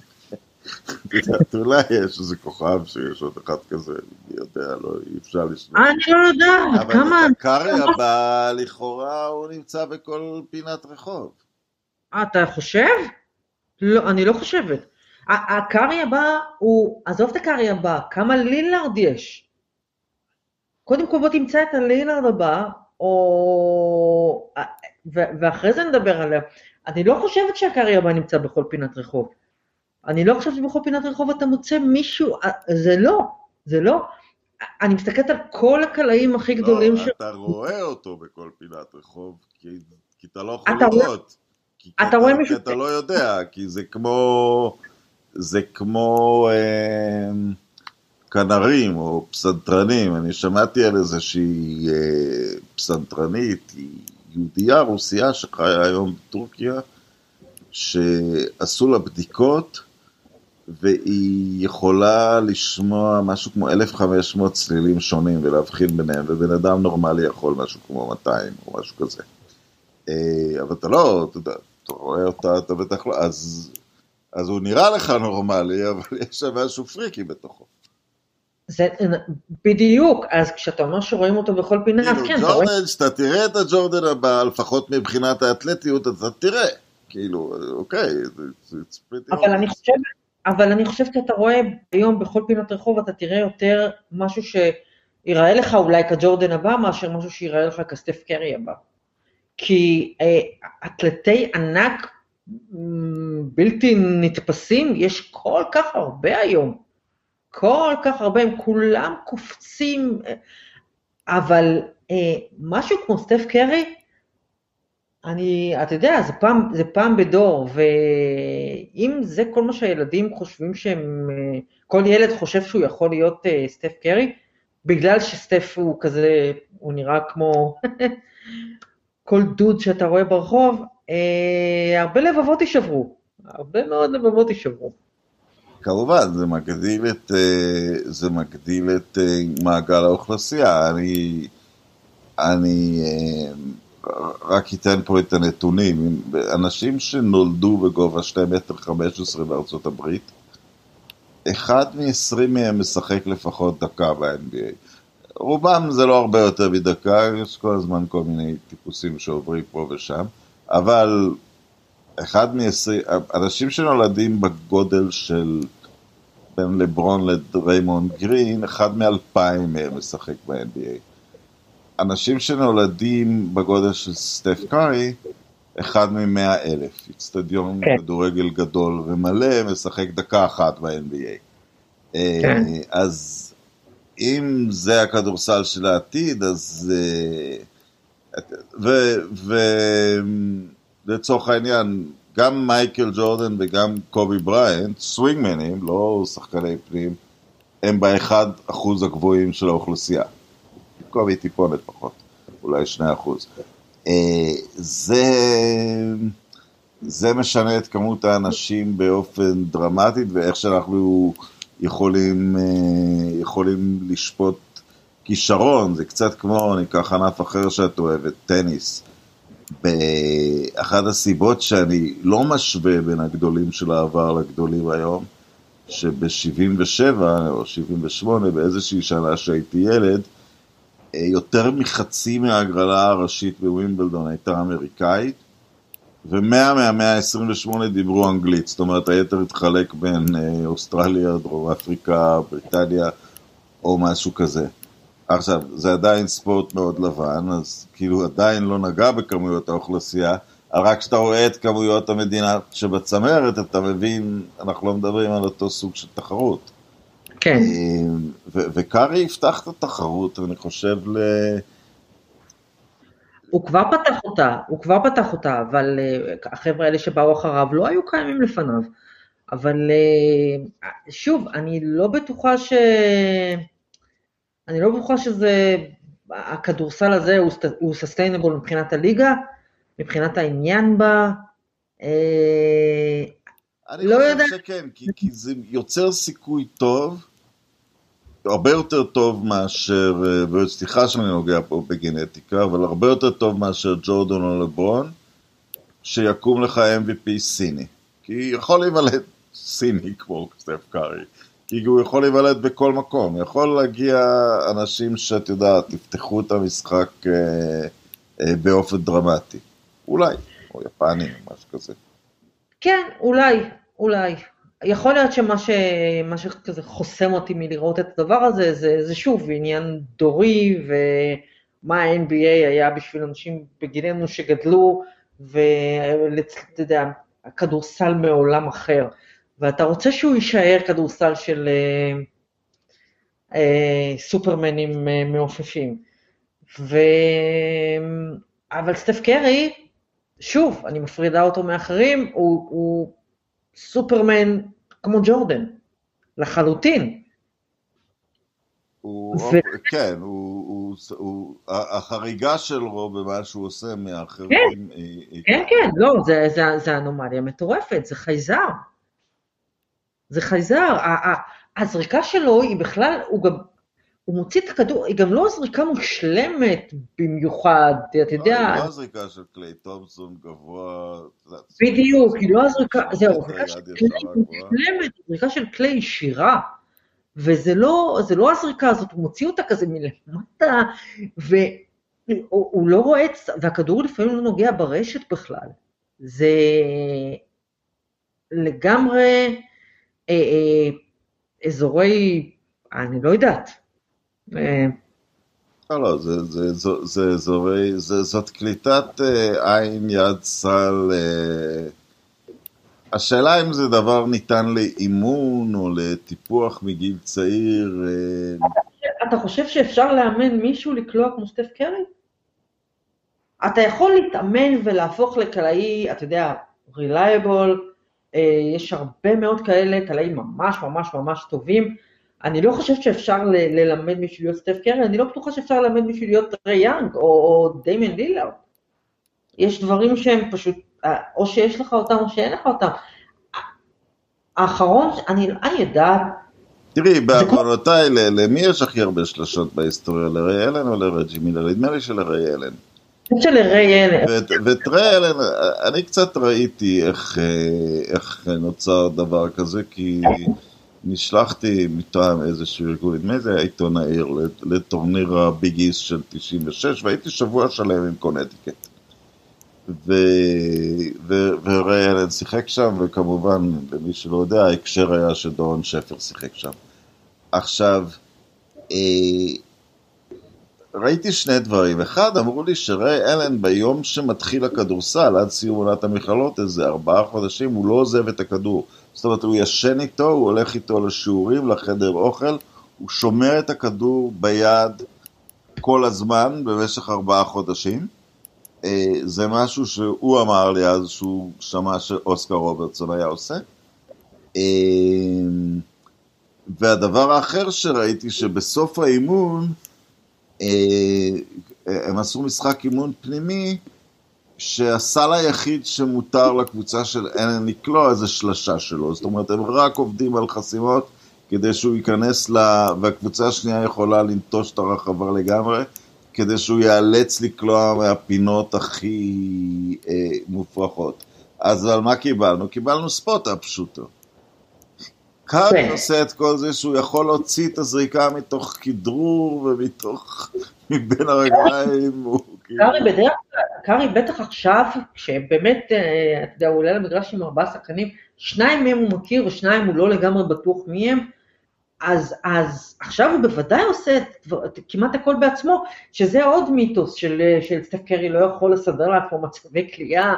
אולי יש איזה כוכב שיש עוד אחד כזה, אני יודע, לא, אי אפשר לשמוע. אני לא יודעת, כמה... אבל את הקארי הבא, לכאורה, הוא נמצא בכל פינת רחוב. אתה חושב? לא, אני לא חושבת. הקארי הבא הוא, עזוב את הקארי הבא, כמה לילארד יש? קודם כל בוא תמצא את הלילארד הבא, או... ואחרי זה נדבר עליה. אני לא חושבת שהקארי הבא נמצא בכל פינת רחוב. אני לא חושבת שבכל פינת רחוב אתה מוצא מישהו, זה לא, זה לא. אני מסתכלת על כל הקלעים הכי גדולים לא, ש... אתה רואה אותו בכל פינת רחוב, כי, כי אתה לא יכול לראות. כי אתה אתה, רואה כי מישהו... אתה לא יודע, כי זה כמו, זה כמו אה, כנרים או פסנתרנים. אני שמעתי על איזושהי אה, פסנתרנית, היא יהודייה רוסיה שחיה היום בטורקיה, שעשו לה בדיקות, והיא יכולה לשמוע משהו כמו אלף וחמש מאות צלילים שונים ולהבחין ביניהם, ובן אדם נורמלי יכול משהו כמו מאתיים או משהו כזה. אבל אתה לא, אתה יודע, אתה רואה אותה, אתה בטח לא, אז, אז הוא נראה לך נורמלי, אבל יש שם משהו פריקי בתוכו. זה בדיוק, אז כשאתה אומר שרואים אותו בכל פינה, אז כן, אתה רואה... ג'ורדן, שאתה תראה את הג'ורדן הבא, לפחות מבחינת האתלטיות, אתה תראה, כאילו, אוקיי, אבל אני חושבת, אבל אני חושבת שאתה רואה היום בכל פינות רחוב, אתה תראה יותר משהו שיראה לך אולי כג'ורדן הבא, מאשר משהו שיראה לך כסטף קרי הבא. כי אתלטי ענק בלתי נתפסים, יש כל כך הרבה היום. כל כך הרבה, הם כולם קופצים, אבל אה, משהו כמו סטף קרי, אני, אתה יודע, זה פעם, זה פעם בדור, ואם זה כל מה שהילדים חושבים שהם, כל ילד חושב שהוא יכול להיות אה, סטף קרי, בגלל שסטף הוא כזה, הוא נראה כמו כל דוד שאתה רואה ברחוב, אה, הרבה לבבות יישברו, הרבה מאוד לבבות יישברו. כמובן, זה מגדיל את, זה מגדיל את מעגל האוכלוסייה. אני, אני רק אתן פה את הנתונים. אנשים שנולדו בגובה שני מטר חמש עשרה בארצות הברית, אחד מ-עשרים מהם משחק לפחות דקה ב-אן בי איי. רובם זה לא הרבה יותר מדקה, יש כל הזמן כל מיני טיפוסים שעוברים פה ושם, אבל אחד מ-עשרים, אנשים שנולדים בגודל של בין לברון לדריימונד גרין, אחד מאלפיים מהם משחק ב-אן בי איי. אנשים שנולדים בגודל של סטף קרי, אחד ממאה אלף. אצטדיון כדורגל גדול ומלא, משחק דקה אחת ב-אן בי איי. אז אם זה הכדורסל של העתיד, אז... ולצורך העניין, גם מייקל ג'ורדן וגם קובי בריינט, סווינגמנים, לא שחקני פנים, הם באחד אחוז הגבוהים של האוכלוסייה. קובי טיפונת פחות, אולי שני אחוז. זה, זה משנה את כמות האנשים באופן דרמטית, ואיך שאנחנו יכולים, יכולים לשפוט כישרון. זה קצת כמו, ניקח ענף אחר שאת אוהבת, טניס. באחד הסיבות שאני לא משווה בין הגדולים של העבר לגדולים היום, שב-שבעים ושבע או שבעים ושמונה, באיזושהי שנה שהייתי ילד, יותר מחצי מההגרלה הראשית בווימבלדון הייתה אמריקאית, ומאה מה-מאה ה-עשרים ושמונה דיברו אנגלית, זאת אומרת, היתר התחלק בין אוסטרליה, דרום אפריקה, בריטניה, או משהו כזה. עכשיו, זה עדיין ספורט מאוד לבן, אז כאילו עדיין לא נגע בכמויות האוכלוסייה, רק כשאתה רואה את כמויות המדינה שבצמרת, אתה מבין, אנחנו לא מדברים על אותו סוג של תחרות. כן. וקארי יפתח את התחרות, ואני חושב ל... הוא כבר פתח אותה, הוא כבר פתח אותה, אבל החבר'ה האלה שבאו אחריו לא היו קיימים לפניו. אבל שוב, אני לא בטוחה ש... אני לא בטוחה שזה, הכדורסל הזה הוא, הוא sustainable מבחינת הליגה, מבחינת העניין בה, אה, אני לא יודע. שכן, כי, כי זה יוצר סיכוי טוב, הרבה יותר טוב מאשר, וסליחה שאני נוגע פה בגנטיקה, אבל הרבה יותר טוב מאשר ג'ורדן או לברון, שיקום לך אם וי פי סיני. כי יכול להיוולד סיני כמו סטף קארי. כי הוא יכול להיוולד בכל מקום, יכול להגיע אנשים שאת יודעת, תפתחו את המשחק אה, אה, באופן דרמטי. אולי, או יפני, משהו כזה. כן, אולי, אולי. יכול להיות שמה ש... מה שכזה חוסם אותי מלראות את הדבר הזה, זה, זה שוב עניין דורי, ומה ה-אן בי איי היה בשביל אנשים בגילנו שגדלו, ואתה יודע, הכדורסל מעולם אחר. ואתה רוצה שהוא יישאר כדורסל של אה, אה, סופרמנים אה, מעופפים. ו... אבל סטף קרי, שוב, אני מפרידה אותו מאחרים, הוא, הוא סופרמן כמו ג'ורדן, לחלוטין. הוא, ו... כן, הוא, הוא, הוא, החריגה שלו במה שהוא עושה מאחרים. כן, היא... כן, כן, לא, זה, זה, זה אנומליה מטורפת, זה חייזר. זה חייזר, הזריקה שלו היא בכלל, הוא גם, הוא מוציא את הכדור, היא גם לא זריקה מושלמת במיוחד, אתה יודע. היא לא הזריקה של קליי תומפסון גבוה. בדיוק, היא לא הזריקה, זהו, זריקה של קליי מושלמת, זריקה של קליי ישירה, וזה לא, זה לא הזריקה הזאת, הוא מוציא אותה כזה מלמטה, והוא לא רואה, והכדור לפעמים לא נוגע ברשת בכלל. זה לגמרי אה, אה, אזורי, אני לא יודעת. אה, לא, לא, זה, זה, זה, זה אזורי, זה, זאת קליטת אה, עין, יד, סל. אה, השאלה אם זה דבר ניתן לאימון או לטיפוח מגיל צעיר. אה... אתה חושב שאפשר לאמן מישהו לקלוע כמו סטף קרי? אתה יכול להתאמן ולהפוך לקלעי, אתה יודע, reliable, יש הרבה מאוד כאלה, קלעים ממש ממש ממש טובים. אני לא חושבת שאפשר ל- ללמד מישהו להיות סטף קרי, אני לא בטוחה שאפשר ללמד מישהו להיות טרי יאנג או, או דיימן לילארד. יש דברים שהם פשוט, או שיש לך אותם או שאין לך אותם. האחרון, אני, אני יודעת. תראי, בעוונותיי, למי יש הכי הרבה שלשות בהיסטוריה? לריי אלן או לרג'י מילר? נדמה לי שלריי אלן. של ריי אלן. ואת ריי אלן, אני קצת ראיתי איך, איך נוצר דבר כזה, כי נשלחתי מטעם איזשהו ארגון, נדמה לי זה היה עיתון העיר, לטורניר הביג איסט של תשעים ושש, והייתי שבוע שלם עם קונטיקט. ו... ו... וריי אלן שיחק שם, וכמובן, למי שלא יודע, ההקשר היה שדורון שפר שיחק שם. עכשיו, אה... ראיתי שני דברים. אחד, אמרו לי שריי אלן ביום שמתחיל הכדורסל, עד סיום עונת המכללות, איזה ארבעה חודשים, הוא לא עוזב את הכדור. זאת אומרת, הוא ישן איתו, הוא הולך איתו לשיעורים, לחדר אוכל, הוא שומר את הכדור ביד כל הזמן, במשך ארבעה חודשים. זה משהו שהוא אמר לי אז, שהוא שמע שאוסקר רוברטסון היה עושה. והדבר האחר שראיתי, שבסוף האימון, הם עשו משחק אימון פנימי, שהסל היחיד שמותר לקבוצה של אלן לקלוע זה שלשה שלו. זאת אומרת, הם רק עובדים על חסימות, כדי שהוא ייכנס לה, והקבוצה השנייה יכולה לנטוש את הרחבה לגמרי, כדי שהוא ייאלץ לקלוע מהפינות הכי אה, מופרכות. אז על מה קיבלנו? קיבלנו ספוט-אפ פשוטו. קארי עושה את כל זה שהוא יכול להוציא את הזריקה מתוך כדרור ומתוך, מבין הרגליים. קארי בדרך כלל, קארי בטח עכשיו, שבאמת, אתה יודע, הוא עולה למגרש עם ארבעה שחקנים, שניים מהם הוא מכיר ושניים הוא לא לגמרי בטוח מי הם, אז, אז עכשיו הוא בוודאי עושה את, את, כמעט הכל בעצמו, שזה עוד מיתוס של, של סטף קרי לא יכול לסדר לעצמו מצבי קליעה,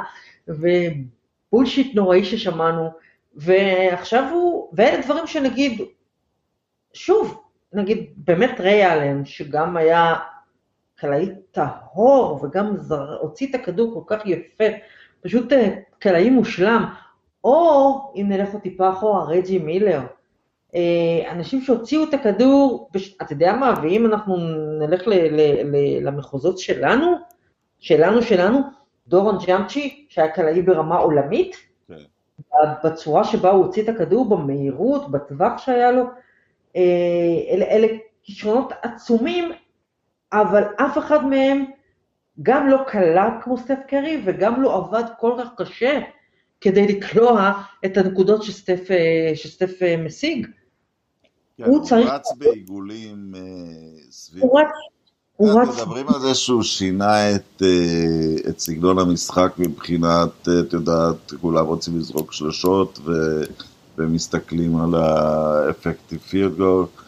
ובולשיט נוראי ששמענו, ועכשיו הוא, ואלה דברים שנגיד, שוב, נגיד באמת ריי אלן, שגם היה קלעי טהור, וגם זר, הוציא את הכדור כל כך יפה, פשוט קלעי מושלם, או אם נלך עוד טיפה אחורה, רג'י מילר, אנשים שהוציאו את הכדור, אתה יודע מה, ואם אנחנו נלך ל, ל, ל, למחוזות שלנו, שלנו שלנו, דורון ג'אמצ'י, שהיה קלעי ברמה עולמית, okay. בצורה שבה הוא הוציא את הכדור, במהירות, בטווח שהיה לו, אלה, אלה כישרונות עצומים, אבל אף אחד מהם גם לא קלע כמו סטף קרי, וגם לא עבד כל כך קשה, כדי לקלוע את הנקודות שסטף, שסטף משיג. כן, הוא, הוא צריך... רץ בעיגולים סביב. הוא רץ. הוא רץ. מדברים על זה שהוא שינה את, את סגנון המשחק מבחינת, את יודעת, כולם רוצים לזרוק שלושות ו, ומסתכלים על ה-effective field goal.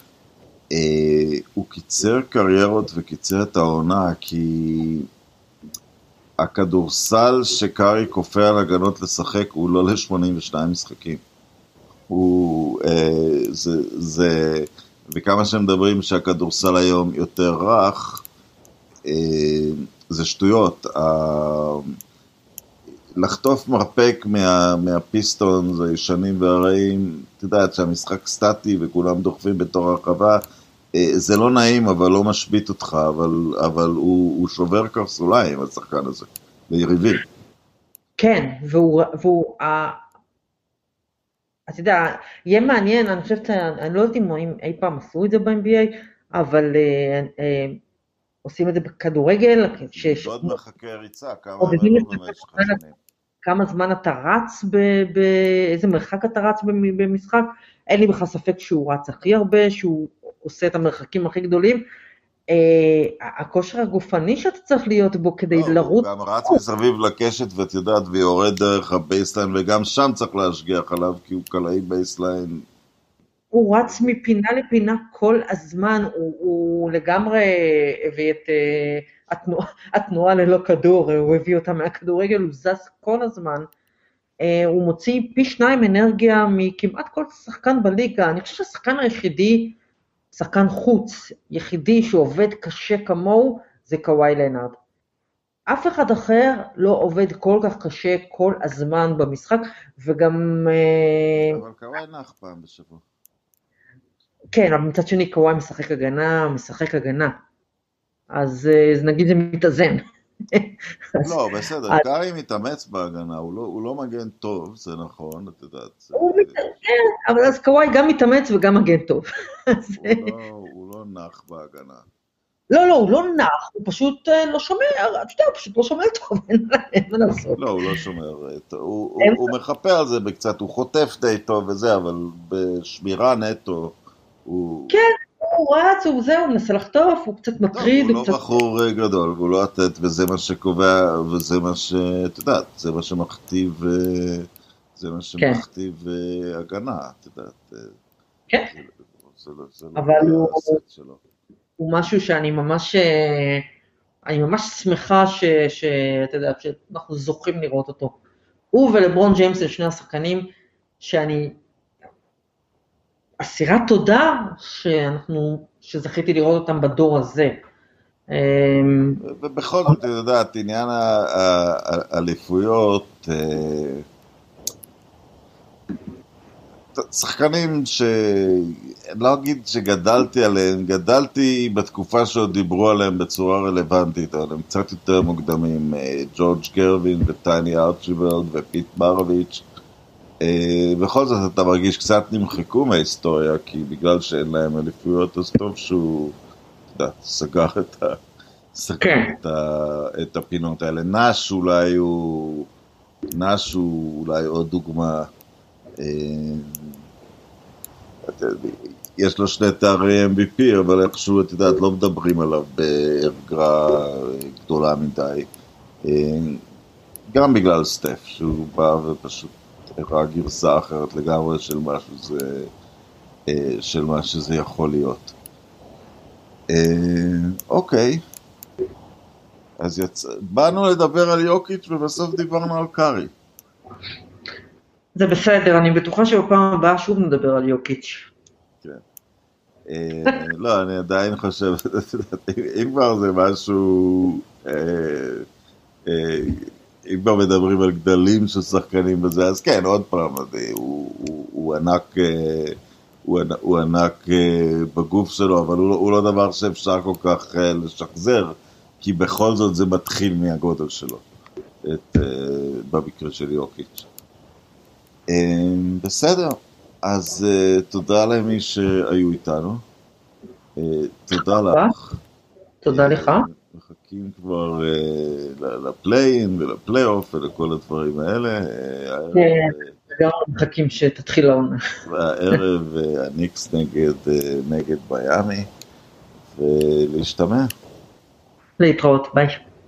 הוא קיצר קריירות וקיצר את העונה, כי הכדורסל שקארי כופה על הגנות לשחק הוא לא ל-שמונים ושניים משחקים. הוא, אה, זה, זה, וכמה שמדברים שהכדורסל היום יותר רך, אה, זה שטויות. אה, לחטוף מרפק מה, מהפיסטון, זה ישנים והרעים, אתה יודעת שהמשחק סטטי וכולם דוחפים בתור הרחבה, אה, זה לא נעים, אבל לא משבית אותך, אבל, אבל הוא, הוא שובר קרסוליים, השחקן הזה, ליריבים. כן, והוא, והוא, אתה יודע, יהיה מעניין, אני חושבת, אני לא יודעת אם אי פעם עשו את זה ב-אן בי איי, אבל אה, אה, עושים את זה בכדורגל, למדוד מרחקי ריצה, כמה הם מודדים עלו את במשך השנים. כמה זמן אתה רץ, באיזה מרחק אתה רץ במשחק, אין לי בכלל ספק שהוא רץ הכי הרבה, שהוא עושה את המרחקים הכי גדולים, הכושר הגופני שאתה צריך להיות בו כדי לרוץ. הוא גם רץ מסביב לקשת ואת יודעת, ויורד דרך הבייסליין, וגם שם צריך להשגיח עליו, כי הוא קלעי בייסליין. הוא רץ מפינה לפינה כל הזמן, הוא, הוא לגמרי הביא את uh, התנועה, התנועה ללא כדור, הוא הביא אותה מהכדורגל, הוא זז כל הזמן, uh, הוא מוציא פי שניים אנרגיה מכמעט כל שחקן בליגה, אני חושב שהשחקן היחידי, שחקן חוץ יחידי שעובד קשה כמוהו, זה קוואי לנארד. אף אחד אחר לא עובד כל כך קשה כל הזמן במשחק, וגם... אבל קוואי נח פעם בשבוע. כן, אבל מצד שני קוואי משחק הגנה, משחק הגנה. אז, אז נגיד זה מתאזן. לא, בסדר, קארי מתאמץ בהגנה, הוא לא, הוא לא מגן טוב, זה נכון, את יודעת. הוא מתאזן, אבל אז קוואי גם מתאמץ וגם מגן טוב. הוא לא, הוא לא נח בהגנה. לא, לא, הוא לא נח, הוא פשוט לא שומר, אתה יודע, הוא פשוט לא שומר טוב, אין מה לעשות. לא, הוא לא שומר, הוא, הוא מחפה על זה בקצת, הוא חוטף די טוב וזה, אבל בשמירה נטו, הוא... כן, הוא רץ, הוא זהו, הוא מנסה לחטוף, הוא קצת מטריד. הוא לא בחור גדול, והוא לא עתת, וזה מה שקובע, וזה מה ש... אתה יודעת, זה מה שמכתיב, זה מה שמכתיב הגנה, אתה יודעת. כן. זה לא הסט שלו. הוא משהו שאני ממש, אני ממש שמחה שאתה יודע, שאנחנו זוכים לראות אותו. הוא ולברון ג'יימס הם שני השחקנים שאני, אסירת תודה שאנחנו, שזכיתי לראות אותם בדור הזה. ובכל זאת, אתה יודעת, עניין האליפויות, שחקנים ש... לא אגיד שגדלתי עליהם, גדלתי בתקופה שעוד דיברו עליהם בצורה רלוונטית, אבל הם קצת יותר מוקדמים, ג'ורג' גרווין וטייני ארצ'יבלד ופיט מרוביץ'. בכל זאת אתה מרגיש קצת נמחקו מההיסטוריה, כי בגלל שאין להם אליפויות, אז טוב שהוא יודע, סגר, את, ה... סגר את, ה... את הפינות האלה. נש אולי הוא... נש הוא אולי עוד דוגמה. יש לו שני תארי אם וי פי, אבל איכשהו, את יודעת, לא מדברים עליו בהרגרה גדולה מדי. גם בגלל סטף, שהוא בא ופשוט הראה גרסה אחרת לגמרי של משהו זה, של מה שזה יכול להיות. אוקיי. אז יצא, באנו לדבר על יוקיץ' ובסוף דיברנו על קארי. זה בסדר, אני בטוחה שבפעם הבאה שוב נדבר על יוקיץ'. כן. לא, אני עדיין חושב, אם כבר זה משהו, אם כבר מדברים על גדלים של שחקנים בזה, אז כן, עוד פעם, הוא ענק, הוא ענק בגוף שלו, אבל הוא לא דבר שאפשר כל כך לשחזר, כי בכל זאת זה מתחיל מהגודל שלו, במקרה של יוקיץ'. בסדר, אז תודה למי שהיו איתנו, תודה לך. תודה לך. מחכים כבר לפליין ולפלייאוף ולכל הדברים האלה. גם מחכים שתתחיל העונה. והערב הניקס נגד מיאמי, ולהשתמע. להתראות, ביי.